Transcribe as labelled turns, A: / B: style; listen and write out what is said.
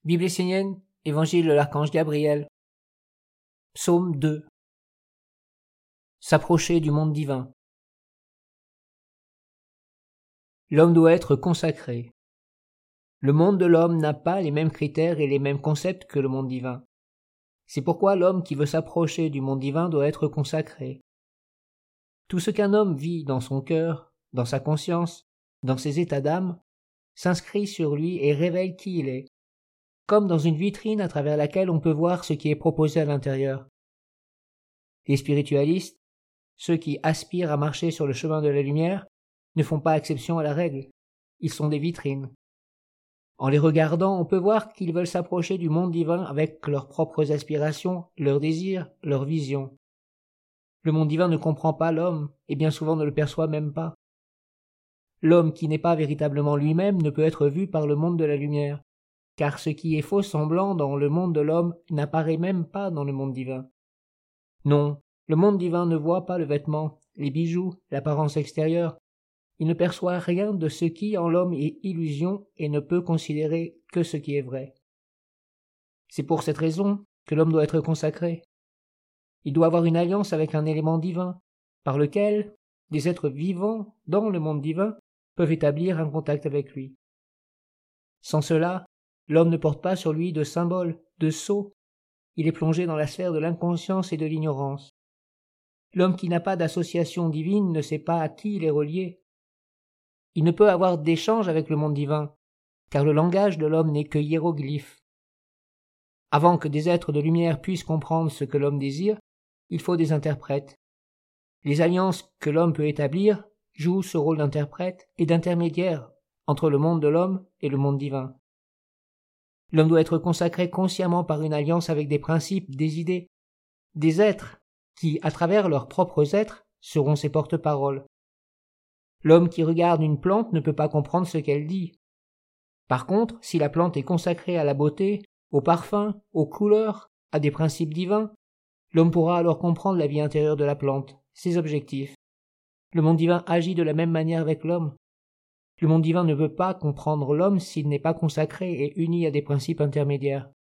A: Bible essénienne, Évangile de l'archange Gabriel, Psaume 2. S'approcher du monde divin. L'homme doit être consacré. Le monde de l'homme n'a pas les mêmes critères et les mêmes concepts que le monde divin. C'est pourquoi l'homme qui veut s'approcher du monde divin doit être consacré. Tout ce qu'un homme vit dans son cœur, dans sa conscience, dans ses états d'âme, s'inscrit sur lui et révèle qui il est, comme dans une vitrine à travers laquelle on peut voir ce qui est proposé à l'intérieur. Les spiritualistes, ceux qui aspirent à marcher sur le chemin de la lumière, ne font pas exception à la règle. Ils sont des vitrines. En les regardant, on peut voir qu'ils veulent s'approcher du monde divin avec leurs propres aspirations, leurs désirs, leurs visions. Le monde divin ne comprend pas l'homme, et bien souvent ne le perçoit même pas. L'homme qui n'est pas véritablement lui-même ne peut être vu par le monde de la lumière, car ce qui est faux semblant dans le monde de l'homme n'apparaît même pas dans le monde divin. Non, le monde divin ne voit pas le vêtement, les bijoux, l'apparence extérieure. Il ne perçoit rien de ce qui en l'homme est illusion et ne peut considérer que ce qui est vrai. C'est pour cette raison que l'homme doit être consacré. Il doit avoir une alliance avec un élément divin, par lequel des êtres vivants dans le monde divin peuvent établir un contact avec lui. Sans cela, l'homme ne porte pas sur lui de symbole, de sceau. Il est plongé dans la sphère de l'inconscience et de l'ignorance. L'homme qui n'a pas d'association divine ne sait pas à qui il est relié. Il ne peut avoir d'échange avec le monde divin, car le langage de l'homme n'est que hiéroglyphe. Avant que des êtres de lumière puissent comprendre ce que l'homme désire, il faut des interprètes. Les alliances que l'homme peut établir jouent ce rôle d'interprète et d'intermédiaire entre le monde de l'homme et le monde divin. L'homme doit être consacré consciemment par une alliance avec des principes, des idées, des êtres qui, à travers leurs propres êtres, seront ses porte-paroles. L'homme qui regarde une plante ne peut pas comprendre ce qu'elle dit. Par contre, si la plante est consacrée à la beauté, au parfum, aux couleurs, à des principes divins, l'homme pourra alors comprendre la vie intérieure de la plante, ses objectifs. Le monde divin agit de la même manière avec l'homme. Le monde divin ne peut pas comprendre l'homme s'il n'est pas consacré et uni à des principes intermédiaires.